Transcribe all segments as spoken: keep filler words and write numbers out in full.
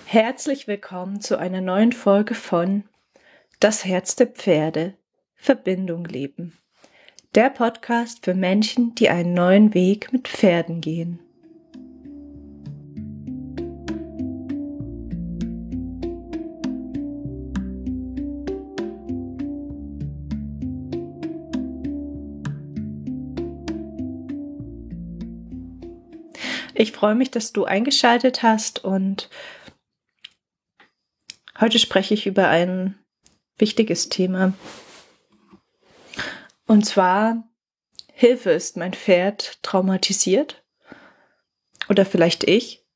Herzlich willkommen zu einer neuen Folge von Das Herz der Pferde – Verbindung leben. Der Podcast für Menschen, die einen neuen Weg mit Pferden gehen. Ich freue mich, dass du eingeschaltet hast und heute spreche ich über ein wichtiges Thema. Und zwar, Hilfe, ist mein Pferd traumatisiert? Oder vielleicht ich?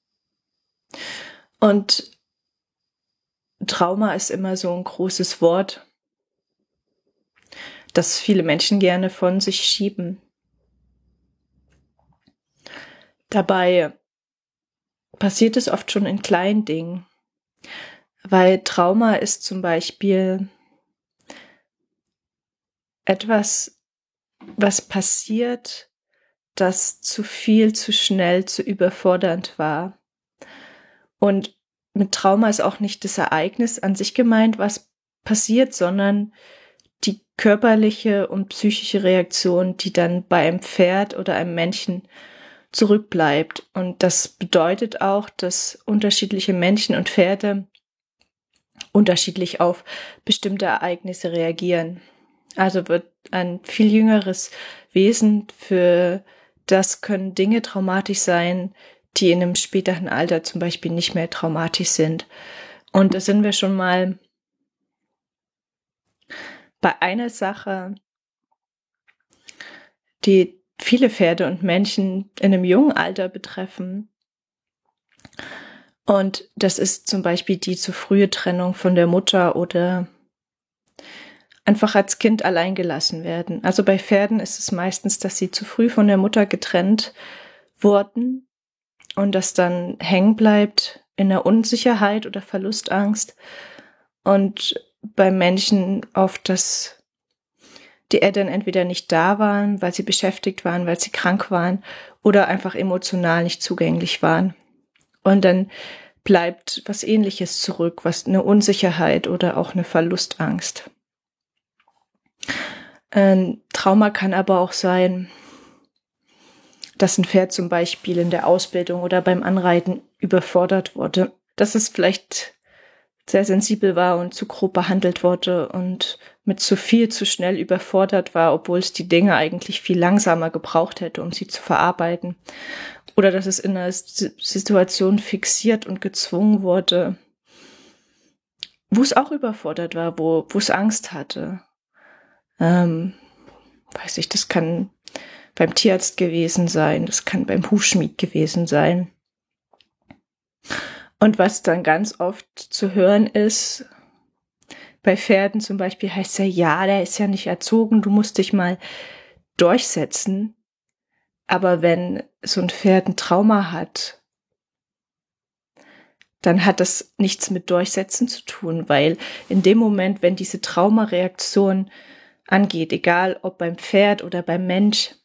Und Trauma ist immer so ein großes Wort, das viele Menschen gerne von sich schieben. Dabei passiert es oft schon in kleinen Dingen, weil Trauma ist zum Beispiel etwas, was passiert, das zu viel, zu schnell, zu überfordernd war. Und mit Trauma ist auch nicht das Ereignis an sich gemeint, was passiert, sondern die körperliche und psychische Reaktion, die dann bei einem Pferd oder einem Menschen zurückbleibt. Und das bedeutet auch, dass unterschiedliche Menschen und Pferde unterschiedlich auf bestimmte Ereignisse reagieren. Also wird ein viel jüngeres Wesen, für das können Dinge traumatisch sein, die in einem späteren Alter zum Beispiel nicht mehr traumatisch sind. Und da sind wir schon mal bei einer Sache, die viele Pferde und Menschen in einem jungen Alter betreffen. Und das ist zum Beispiel die zu frühe Trennung von der Mutter oder einfach als Kind allein gelassen werden. Also bei Pferden ist es meistens, dass sie zu früh von der Mutter getrennt wurden und das dann hängen bleibt in der Unsicherheit oder Verlustangst. Und bei Menschen oft, dass die Eltern entweder nicht da waren, weil sie beschäftigt waren, weil sie krank waren oder einfach emotional nicht zugänglich waren. Und dann bleibt was Ähnliches zurück, was eine Unsicherheit oder auch eine Verlustangst. Ein Trauma kann aber auch sein, dass ein Pferd zum Beispiel in der Ausbildung oder beim Anreiten überfordert wurde, dass es vielleicht sehr sensibel war und zu grob behandelt wurde und mit zu viel zu schnell überfordert war, obwohl es die Dinge eigentlich viel langsamer gebraucht hätte, um sie zu verarbeiten. Oder dass es in einer Situation fixiert und gezwungen wurde, wo es auch überfordert war, wo, wo es Angst hatte. Ähm, weiß ich, das kann beim Tierarzt gewesen sein, das kann beim Hufschmied gewesen sein. Und was dann ganz oft zu hören ist, bei Pferden zum Beispiel heißt ja, ja, der ist ja nicht erzogen, du musst dich mal durchsetzen. Aber wenn so ein Pferd ein Trauma hat, dann hat das nichts mit Durchsetzen zu tun, weil in dem Moment, wenn diese Traumareaktion angeht, egal ob beim Pferd oder beim Mensch,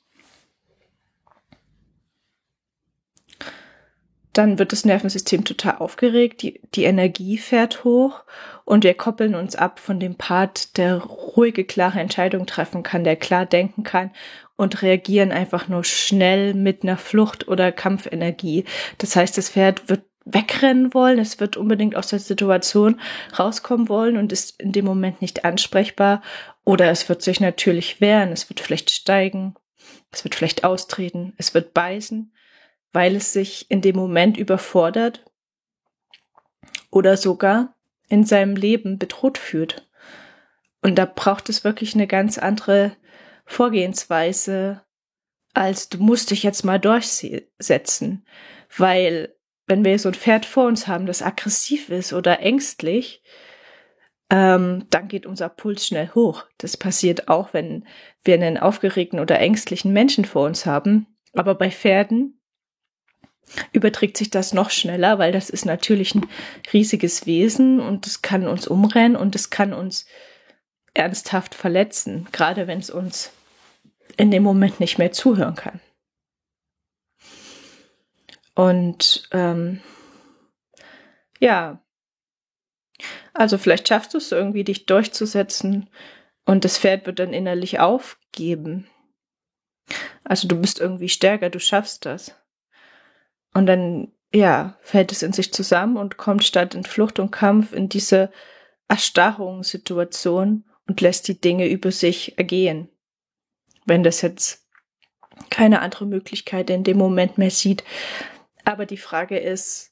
dann wird das Nervensystem total aufgeregt, die, die Energie fährt hoch und wir koppeln uns ab von dem Part, der ruhige, klare Entscheidungen treffen kann, der klar denken kann und reagieren einfach nur schnell mit einer Flucht- oder Kampfenergie. Das heißt, das Pferd wird wegrennen wollen, es wird unbedingt aus der Situation rauskommen wollen und ist in dem Moment nicht ansprechbar oder es wird sich natürlich wehren, es wird vielleicht steigen, es wird vielleicht austreten, es wird beißen, weil es sich in dem Moment überfordert oder sogar in seinem Leben bedroht fühlt. Und da braucht es wirklich eine ganz andere Vorgehensweise, als du musst dich jetzt mal durchsetzen. Weil wenn wir so ein Pferd vor uns haben, das aggressiv ist oder ängstlich, ähm, dann geht unser Puls schnell hoch. Das passiert auch, wenn wir einen aufgeregten oder ängstlichen Menschen vor uns haben. Aber bei Pferden überträgt sich das noch schneller, weil das ist natürlich ein riesiges Wesen und es kann uns umrennen und es kann uns ernsthaft verletzen, gerade wenn es uns in dem Moment nicht mehr zuhören kann. Und ähm, Ja, also vielleicht schaffst du es irgendwie, dich durchzusetzen und das Pferd wird dann innerlich aufgeben. Also du bist irgendwie stärker, du schaffst das. Und dann, ja, fällt es in sich zusammen und kommt statt in Flucht und Kampf in diese Erstarrungssituation und lässt die Dinge über sich ergehen. Wenn das jetzt keine andere Möglichkeit in dem Moment mehr sieht. Aber die Frage ist,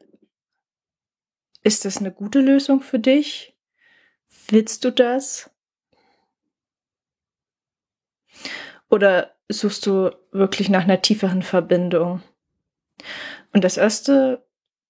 ist das eine gute Lösung für dich? Willst du das? Oder suchst du wirklich nach einer tieferen Verbindung? Und das Erste,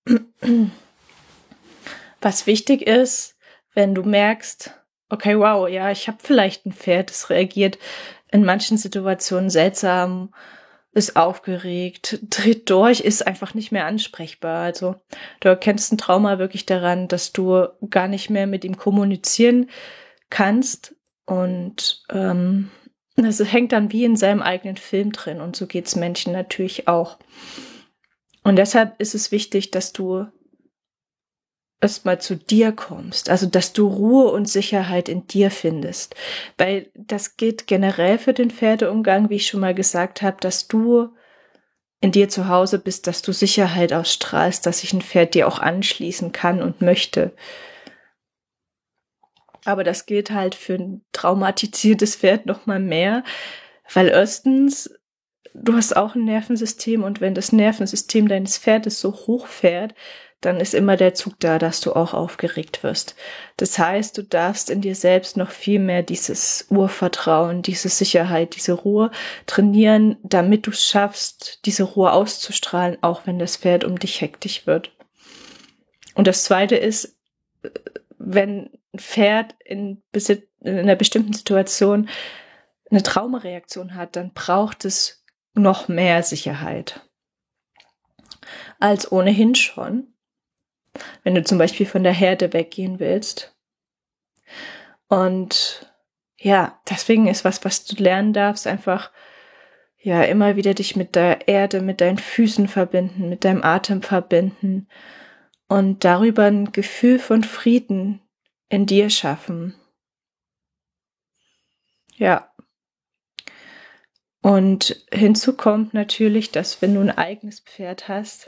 was wichtig ist, wenn du merkst, okay, wow, ja, ich habe vielleicht ein Pferd, das reagiert in manchen Situationen seltsam, ist aufgeregt, dreht durch, ist einfach nicht mehr ansprechbar. Also du erkennst ein Trauma wirklich daran, dass du gar nicht mehr mit ihm kommunizieren kannst und ähm, das hängt dann wie in seinem eigenen Film drin und so geht's Menschen natürlich auch. Und deshalb ist es wichtig, dass du erstmal zu dir kommst, also dass du Ruhe und Sicherheit in dir findest, weil das geht generell für den Pferdeumgang, wie ich schon mal gesagt habe, dass du in dir zu Hause bist, dass du Sicherheit ausstrahlst, dass sich ein Pferd dir auch anschließen kann und möchte. Aber das gilt halt für ein traumatisiertes Pferd noch mal mehr, weil erstens, du hast auch ein Nervensystem und wenn das Nervensystem deines Pferdes so hoch fährt, dann ist immer der Zug da, dass du auch aufgeregt wirst. Das heißt, du darfst in dir selbst noch viel mehr dieses Urvertrauen, diese Sicherheit, diese Ruhe trainieren, damit du es schaffst, diese Ruhe auszustrahlen, auch wenn das Pferd um dich hektisch wird. Und das Zweite ist, wenn ein Pferd in, Besit- in einer bestimmten Situation eine Traumareaktion hat, dann braucht es noch mehr Sicherheit als ohnehin schon. Wenn du zum Beispiel von der Herde weggehen willst. Und ja, deswegen ist was, was du lernen darfst, einfach ja immer wieder dich mit der Erde, mit deinen Füßen verbinden, mit deinem Atem verbinden und darüber ein Gefühl von Frieden in dir schaffen. Ja. Und hinzu kommt natürlich, dass wenn du ein eigenes Pferd hast,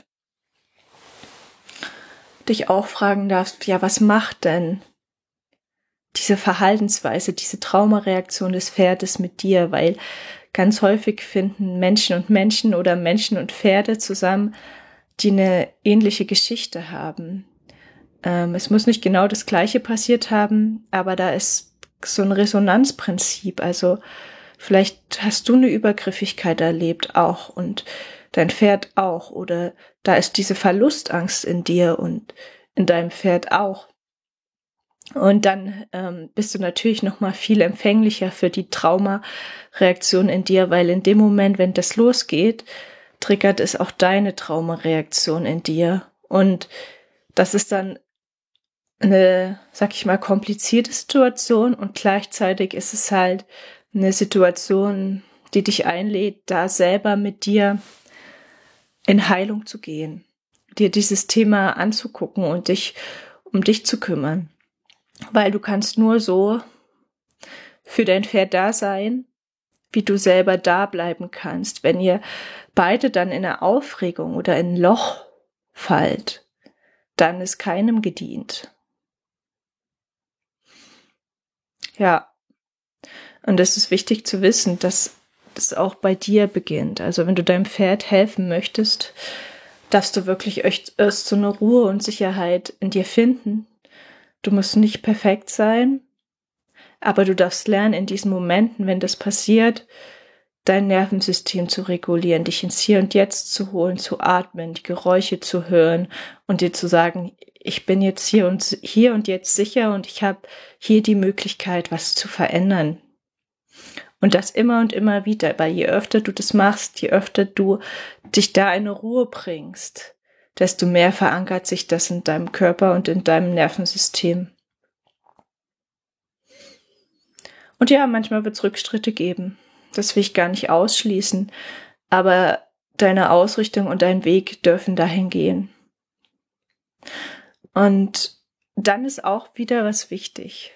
dich auch fragen darfst, ja, was macht denn diese Verhaltensweise, diese Traumareaktion des Pferdes mit dir? Weil ganz häufig finden Menschen und Menschen oder Menschen und Pferde zusammen, die eine ähnliche Geschichte haben. Ähm, es muss nicht genau das Gleiche passiert haben, aber da ist so ein Resonanzprinzip. Also vielleicht hast du eine Übergriffigkeit erlebt auch und dein Pferd auch. Oder da ist diese Verlustangst in dir und in deinem Pferd auch. Und dann ähm, bist du natürlich noch mal viel empfänglicher für die Traumareaktion in dir, weil in dem Moment, wenn das losgeht, triggert es auch deine Traumareaktion in dir. Und das ist dann eine, sag ich mal, komplizierte Situation und gleichzeitig ist es halt eine Situation, die dich einlädt, da selber mit dir in Heilung zu gehen, dir dieses Thema anzugucken und dich um dich zu kümmern. Weil du kannst nur so für dein Pferd da sein, wie du selber da bleiben kannst. Wenn ihr beide dann in eine Aufregung oder in ein Loch fallt, dann ist keinem gedient. Ja, und es ist wichtig zu wissen, dass das auch bei dir beginnt. Also wenn du deinem Pferd helfen möchtest, darfst du wirklich echt erst so eine Ruhe und Sicherheit in dir finden. Du musst nicht perfekt sein, aber du darfst lernen, in diesen Momenten, wenn das passiert, dein Nervensystem zu regulieren, dich ins Hier und Jetzt zu holen, zu atmen, die Geräusche zu hören und dir zu sagen, ich bin jetzt hier und hier und jetzt sicher und ich habe hier die Möglichkeit, was zu verändern. Und das immer und immer wieder, weil je öfter du das machst, je öfter du dich da in eine Ruhe bringst, desto mehr verankert sich das in deinem Körper und in deinem Nervensystem. Und ja, manchmal wird es Rückschritte geben. Das will ich gar nicht ausschließen. Aber deine Ausrichtung und dein Weg dürfen dahin gehen. Und dann ist auch wieder was wichtig.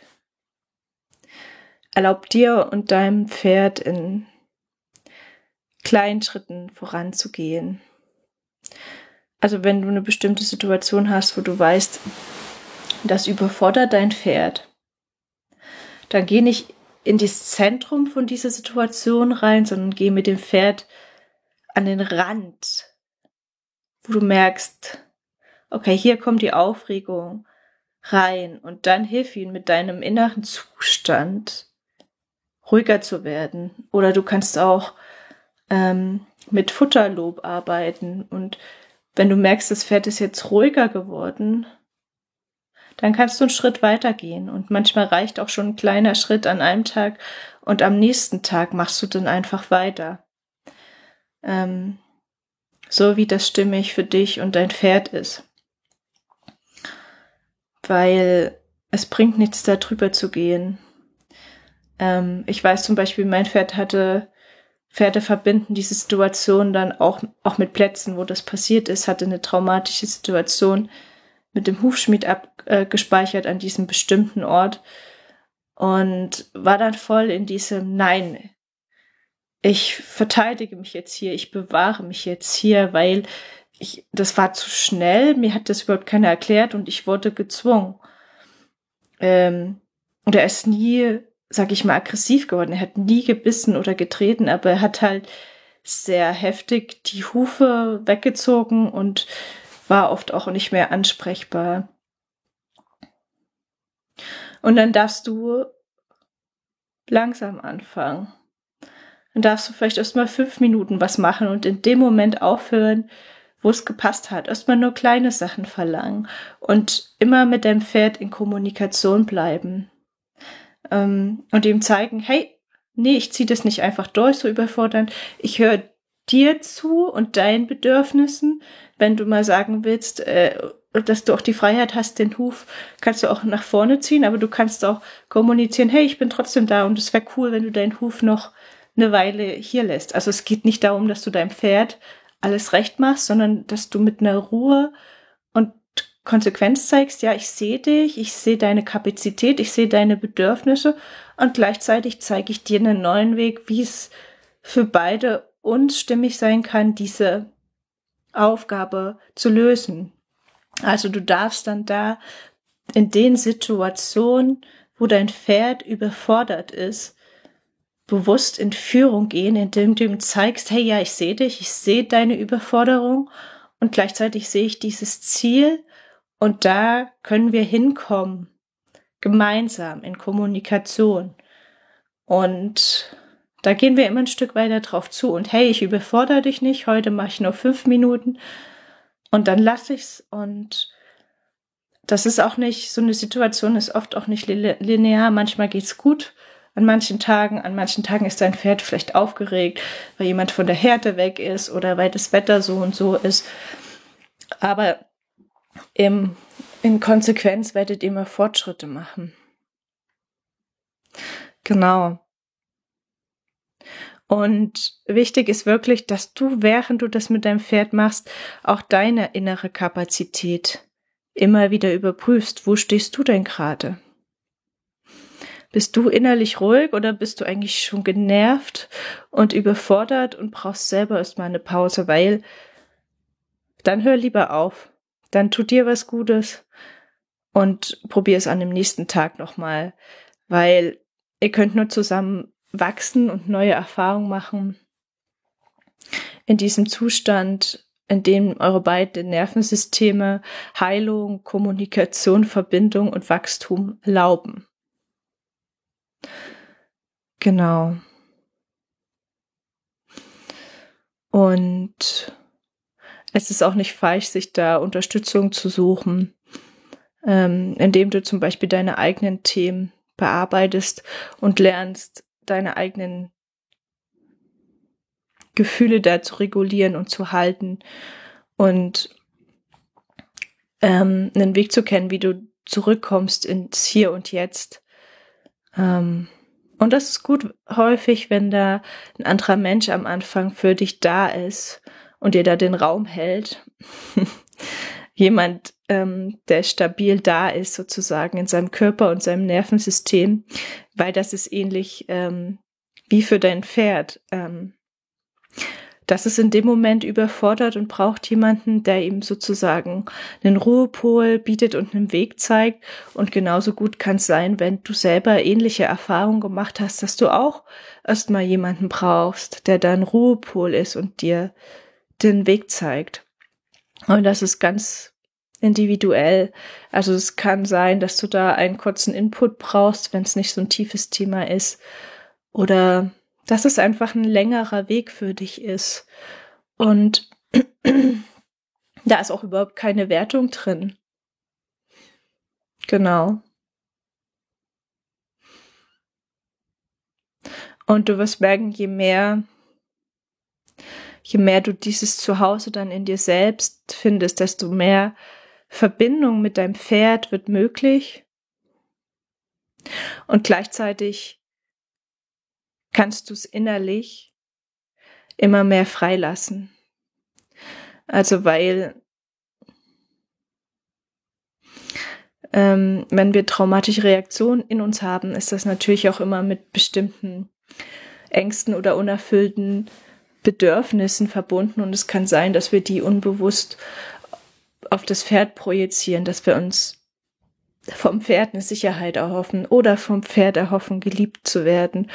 Erlaub dir und deinem Pferd in kleinen Schritten voranzugehen. Also wenn du eine bestimmte Situation hast, wo du weißt, das überfordert dein Pferd, dann geh nicht in das Zentrum von dieser Situation rein, sondern geh mit dem Pferd an den Rand, wo du merkst, okay, hier kommt die Aufregung rein und dann hilf ihm mit deinem inneren Zustand ruhiger zu werden. Oder du kannst auch ähm, mit Futterlob arbeiten und wenn du merkst, das Pferd ist jetzt ruhiger geworden, dann kannst du einen Schritt weitergehen und manchmal reicht auch schon ein kleiner Schritt an einem Tag und am nächsten Tag machst du dann einfach weiter. Ähm, so wie das stimmig für dich und dein Pferd ist. Weil es bringt nichts, da drüber zu gehen. Ähm, ich weiß zum Beispiel, mein Pferd hatte, Pferde verbinden diese Situation dann auch, auch mit Plätzen, wo das passiert ist, hatte eine traumatische Situation mit dem Hufschmied abgespeichert an diesem bestimmten Ort und war dann voll in diesem Nein, ich verteidige mich jetzt hier, ich bewahre mich jetzt hier, weil ich, das war zu schnell, mir hat das überhaupt keiner erklärt und ich wurde gezwungen. Ähm, und er ist nie, sag ich mal, aggressiv geworden, er hat nie gebissen oder getreten, aber er hat halt sehr heftig die Hufe weggezogen und war oft auch nicht mehr ansprechbar. Und dann darfst du langsam anfangen. Dann darfst du vielleicht erst mal fünf Minuten was machen und in dem Moment aufhören, wo es gepasst hat. Erst mal nur kleine Sachen verlangen und immer mit deinem Pferd in Kommunikation bleiben. Ähm, und ihm zeigen, hey, nee, ich ziehe das nicht einfach durch, so überfordernd. Ich höre dir zu und deinen Bedürfnissen. Wenn du mal sagen willst, äh, dass du auch die Freiheit hast, den Huf kannst du auch nach vorne ziehen, aber du kannst auch kommunizieren, hey, ich bin trotzdem da und es wäre cool, wenn du deinen Huf noch eine Weile hier lässt. Also es geht nicht darum, dass du deinem Pferd alles recht machst, sondern dass du mit einer Ruhe und Konsequenz zeigst, ja, ich sehe dich, ich sehe deine Kapazität, ich sehe deine Bedürfnisse und gleichzeitig zeige ich dir einen neuen Weg, wie es für beide uns stimmig sein kann, diese Aufgabe zu lösen. Also du darfst dann da in den Situationen, wo dein Pferd überfordert ist, bewusst in Führung gehen, indem du ihm zeigst, hey, ja, ich sehe dich, ich sehe deine Überforderung und gleichzeitig sehe ich dieses Ziel und da können wir hinkommen, gemeinsam in Kommunikation. Und da gehen wir immer ein Stück weiter drauf zu und hey, ich überfordere dich nicht, heute mache ich nur fünf Minuten und dann lasse ich's und das ist auch nicht, so eine Situation ist oft auch nicht linear, manchmal geht's gut, an manchen Tagen, an manchen Tagen ist dein Pferd vielleicht aufgeregt, weil jemand von der Herde weg ist oder weil das Wetter so und so ist. Aber im, in Konsequenz werdet ihr immer Fortschritte machen. Genau. Und wichtig ist wirklich, dass du, während du das mit deinem Pferd machst, auch deine innere Kapazität immer wieder überprüfst. Wo stehst du denn gerade? Bist du innerlich ruhig oder bist du eigentlich schon genervt und überfordert und brauchst selber erstmal eine Pause, weil dann hör lieber auf. Dann tut dir was Gutes und probier es an dem nächsten Tag nochmal, weil ihr könnt nur zusammen wachsen und neue Erfahrungen machen in diesem Zustand, in dem eure beiden Nervensysteme Heilung, Kommunikation, Verbindung und Wachstum erlauben. Genau. Und es ist auch nicht falsch, sich da Unterstützung zu suchen, ähm, indem du zum Beispiel deine eigenen Themen bearbeitest und lernst, deine eigenen Gefühle da zu regulieren und zu halten und ähm, einen Weg zu kennen, wie du zurückkommst ins Hier und Jetzt. Ähm, und das ist gut häufig, wenn da ein anderer Mensch am Anfang für dich da ist und dir da den Raum hält. Jemand, ähm, der stabil da ist, sozusagen in seinem Körper und seinem Nervensystem, weil das ist ähnlich ähm, wie für dein Pferd. Ähm, das ist in dem Moment überfordert und braucht jemanden, der ihm sozusagen einen Ruhepol bietet und einen Weg zeigt. Und genauso gut kann es sein, wenn du selber ähnliche Erfahrungen gemacht hast, dass du auch erstmal jemanden brauchst, der da ein Ruhepol ist und dir den Weg zeigt. Und das ist ganz individuell. Also es kann sein, dass du da einen kurzen Input brauchst, wenn es nicht so ein tiefes Thema ist. Oder dass es einfach ein längerer Weg für dich ist. Und da ist auch überhaupt keine Wertung drin. Genau. Und du wirst merken, je mehr, je mehr du dieses Zuhause dann in dir selbst findest, desto mehr Verbindung mit deinem Pferd wird möglich. Und gleichzeitig kannst du es innerlich immer mehr freilassen. Also weil, ähm, wenn wir traumatische Reaktionen in uns haben, ist das natürlich auch immer mit bestimmten Ängsten oder unerfüllten Bedürfnissen verbunden. Und es kann sein, dass wir die unbewusst auf das Pferd projizieren, dass wir uns vom Pferd eine Sicherheit erhoffen oder vom Pferd erhoffen, geliebt zu werden.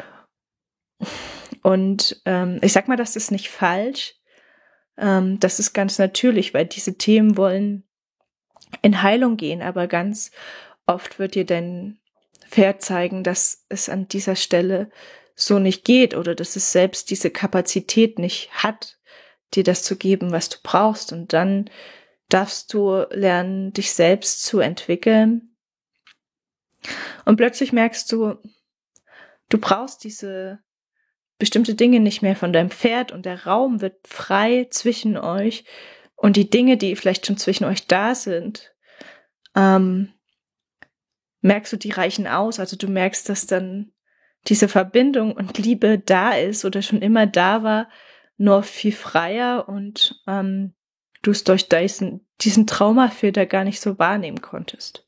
Und ähm, ich sag mal, das ist nicht falsch. Ähm, das ist ganz natürlich, weil diese Themen wollen in Heilung gehen, aber ganz oft wird dir dein Pferd zeigen, dass es an dieser Stelle so nicht geht oder dass es selbst diese Kapazität nicht hat, dir das zu geben, was du brauchst. Und dann darfst du lernen, dich selbst zu entwickeln. Und plötzlich merkst du, du brauchst diese bestimmte Dinge nicht mehr von deinem Pferd und der Raum wird frei zwischen euch und die Dinge, die vielleicht schon zwischen euch da sind, ähm, merkst du, die reichen aus. Also du merkst, dass dann diese Verbindung und Liebe da ist oder schon immer da war, nur viel freier und ähm, du es durch diesen, diesen Traumafilter gar nicht so wahrnehmen konntest.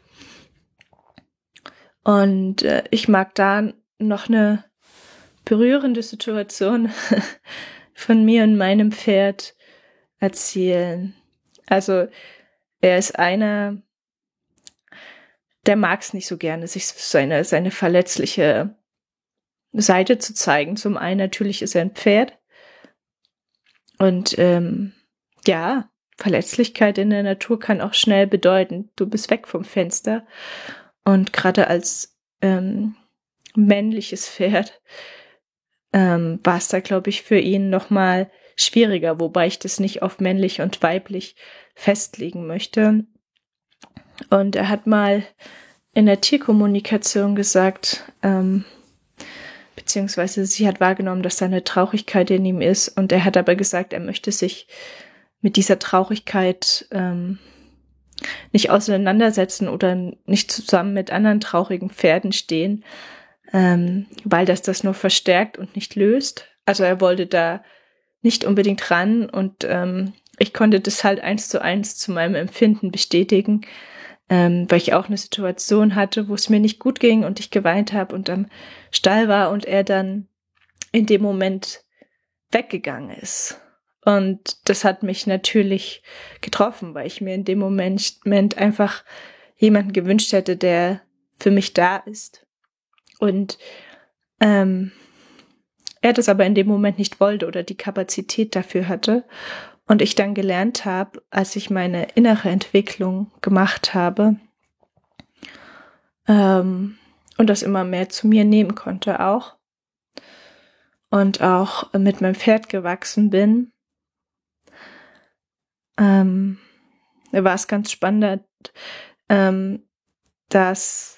Und äh, ich mag da noch eine berührende Situation von mir und meinem Pferd erzählen. Also er ist einer, der mag es nicht so gerne, sich seine, seine verletzliche Seite zu zeigen. Zum einen natürlich ist er ein Pferd und ähm, ja, Verletzlichkeit in der Natur kann auch schnell bedeuten, du bist weg vom Fenster. Und gerade als ähm, männliches Pferd ähm, war es da, glaube ich, für ihn nochmal schwieriger, wobei ich das nicht auf männlich und weiblich festlegen möchte. Und er hat mal in der Tierkommunikation gesagt, ähm, beziehungsweise sie hat wahrgenommen, dass da eine Traurigkeit in ihm ist. Und er hat aber gesagt, er möchte sich mit dieser Traurigkeit ähm, nicht auseinandersetzen oder nicht zusammen mit anderen traurigen Pferden stehen, ähm, weil das das nur verstärkt und nicht löst. Also er wollte da nicht unbedingt ran und ähm, ich konnte das halt eins zu eins zu meinem Empfinden bestätigen, ähm, weil ich auch eine Situation hatte, wo es mir nicht gut ging und ich geweint habe und am Stall war und er dann in dem Moment weggegangen ist. Und das hat mich natürlich getroffen, weil ich mir in dem Moment, Moment einfach jemanden gewünscht hätte, der für mich da ist. Und ähm, er das aber in dem Moment nicht wollte oder die Kapazität dafür hatte. Und ich dann gelernt habe, als ich meine innere Entwicklung gemacht habe ähm, und das immer mehr zu mir nehmen konnte auch und auch mit meinem Pferd gewachsen bin, ähm, war es ganz spannend, ähm, dass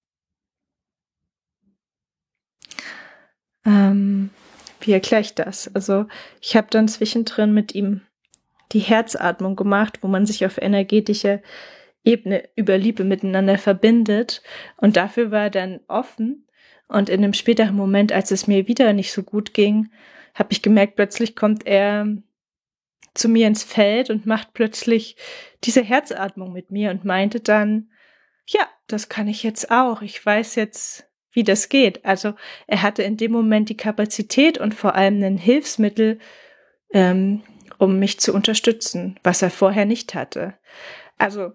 Ähm, wie erkläre ich das? Also ich habe dann zwischendrin mit ihm die Herzatmung gemacht, wo man sich auf energetischer Ebene über Liebe miteinander verbindet. Und dafür war er dann offen. Und in einem späteren Moment, als es mir wieder nicht so gut ging, habe ich gemerkt, plötzlich kommt er zu mir ins Feld und macht plötzlich diese Herzatmung mit mir und meinte dann, ja, das kann ich jetzt auch. Ich weiß jetzt, wie das geht. Also er hatte in dem Moment die Kapazität und vor allem ein Hilfsmittel, ähm, um mich zu unterstützen, was er vorher nicht hatte. Also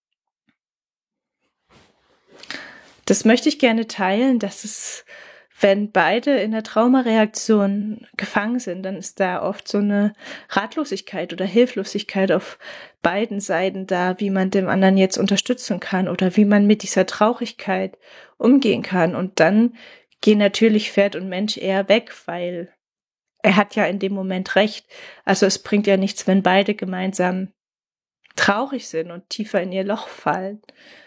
das möchte ich gerne teilen, dass es, wenn beide in der Traumareaktion gefangen sind, dann ist da oft so eine Ratlosigkeit oder Hilflosigkeit auf beiden Seiten da, wie man dem anderen jetzt unterstützen kann oder wie man mit dieser Traurigkeit umgehen kann. Und dann gehen natürlich Pferd und Mensch eher weg, weil er hat ja in dem Moment recht. Also es bringt ja nichts, wenn beide gemeinsam traurig sind und tiefer in ihr Loch fallen.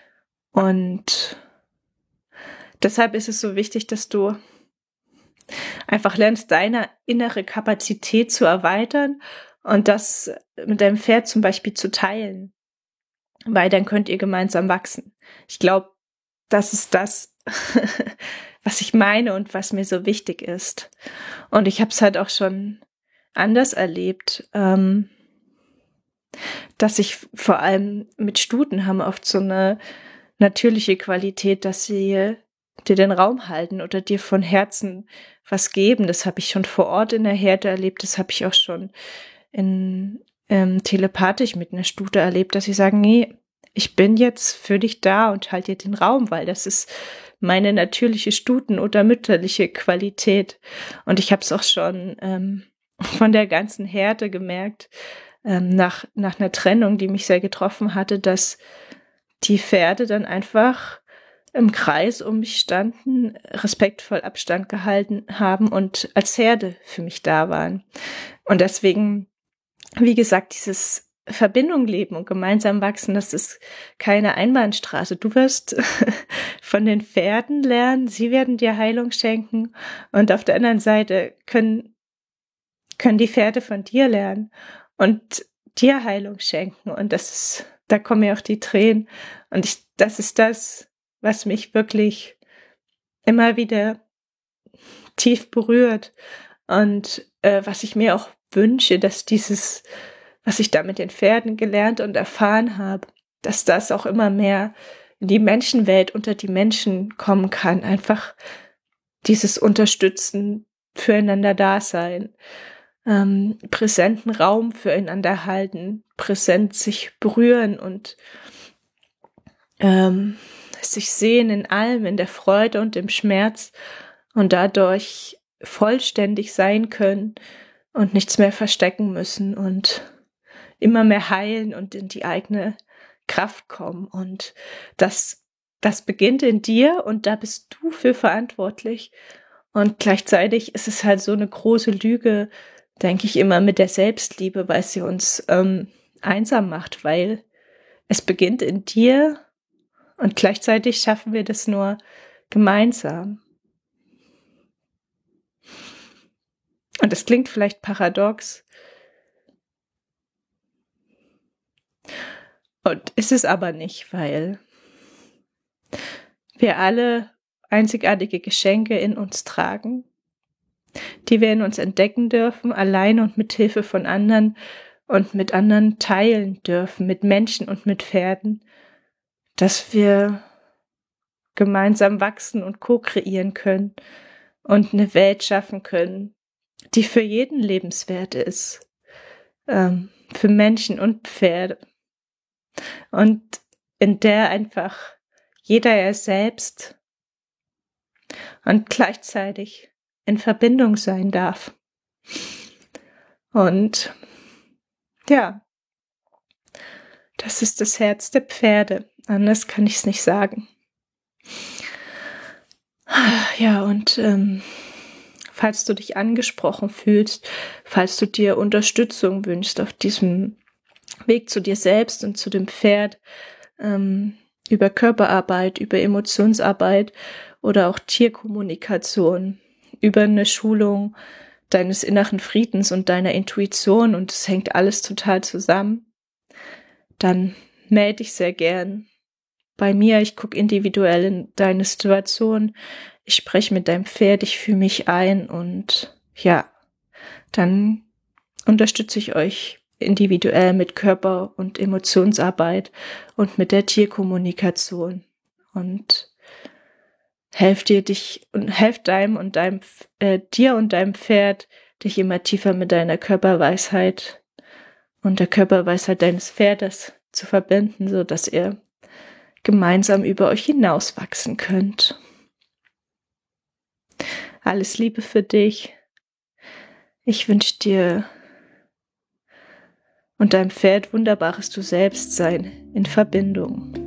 Und deshalb ist es so wichtig, dass du einfach lernst, deine innere Kapazität zu erweitern und das mit deinem Pferd zum Beispiel zu teilen, weil dann könnt ihr gemeinsam wachsen. Ich glaube, das ist das, was ich meine und was mir so wichtig ist. Und ich habe es halt auch schon anders erlebt, ähm, dass ich vor allem mit Stuten haben oft so eine natürliche Qualität, dass sie dir den Raum halten oder dir von Herzen was geben. Das habe ich schon vor Ort in der Herde erlebt, das habe ich auch schon in ähm, telepathisch mit einer Stute erlebt, dass sie sagen, nee, ich bin jetzt für dich da und halte dir den Raum, weil das ist meine natürliche Stuten- oder mütterliche Qualität. Und ich habe es auch schon ähm, von der ganzen Herde gemerkt, ähm, nach, nach einer Trennung, die mich sehr getroffen hatte, dass die Pferde dann einfach im Kreis um mich standen, respektvoll Abstand gehalten haben und als Herde für mich da waren. Und deswegen, wie gesagt, dieses Verbindung leben und gemeinsam wachsen, das ist keine Einbahnstraße. Du wirst von den Pferden lernen, sie werden dir Heilung schenken und auf der anderen Seite können, können die Pferde von dir lernen und dir Heilung schenken. Und das ist, da kommen mir auch die Tränen. Und ich, das ist das, was mich wirklich immer wieder tief berührt und äh, was ich mir auch wünsche, dass dieses, was ich da mit den Pferden gelernt und erfahren habe, dass das auch immer mehr in die Menschenwelt, unter die Menschen kommen kann. Einfach dieses Unterstützen, füreinander Dasein, ähm, präsenten Raum füreinander halten, präsent sich berühren und ähm, sich sehen in allem, in der Freude und im Schmerz und dadurch vollständig sein können und nichts mehr verstecken müssen und immer mehr heilen und in die eigene Kraft kommen. Und das, das beginnt in dir und da bist du für verantwortlich. Und gleichzeitig ist es halt so eine große Lüge, denke ich immer, mit der Selbstliebe, weil sie uns ähm, einsam macht, weil es beginnt in dir. Und gleichzeitig schaffen wir das nur gemeinsam. Und das klingt vielleicht paradox. Und ist es aber nicht, weil wir alle einzigartige Geschenke in uns tragen, die wir in uns entdecken dürfen, alleine und mit Hilfe von anderen und mit anderen teilen dürfen, mit Menschen und mit Pferden, dass wir gemeinsam wachsen und co-kreieren können und eine Welt schaffen können, die für jeden lebenswert ist, ähm, für Menschen und Pferde und in der einfach jeder er selbst und gleichzeitig in Verbindung sein darf. Und ja, das ist das Herz der Pferde. Anders kann ich es nicht sagen. Ja, und ähm, falls du dich angesprochen fühlst, falls du dir Unterstützung wünschst auf diesem Weg zu dir selbst und zu dem Pferd, ähm, über Körperarbeit, über Emotionsarbeit oder auch Tierkommunikation, über eine Schulung deines inneren Friedens und deiner Intuition und es hängt alles total zusammen, dann melde dich sehr gern bei mir. Ich gucke individuell in deine Situation, ich spreche mit deinem Pferd, ich fühle mich ein und ja, dann unterstütze ich euch individuell mit Körper- und Emotionsarbeit und mit der Tierkommunikation. Und helft dir dich und helft deinem und deinem äh, dir und deinem Pferd, dich immer tiefer mit deiner Körperweisheit und der Körperweisheit deines Pferdes zu verbinden, so dass ihr gemeinsam über euch hinauswachsen könnt. Alles Liebe für dich. Ich wünsche dir und deinem Pferd wunderbares Du selbst sein in Verbindung.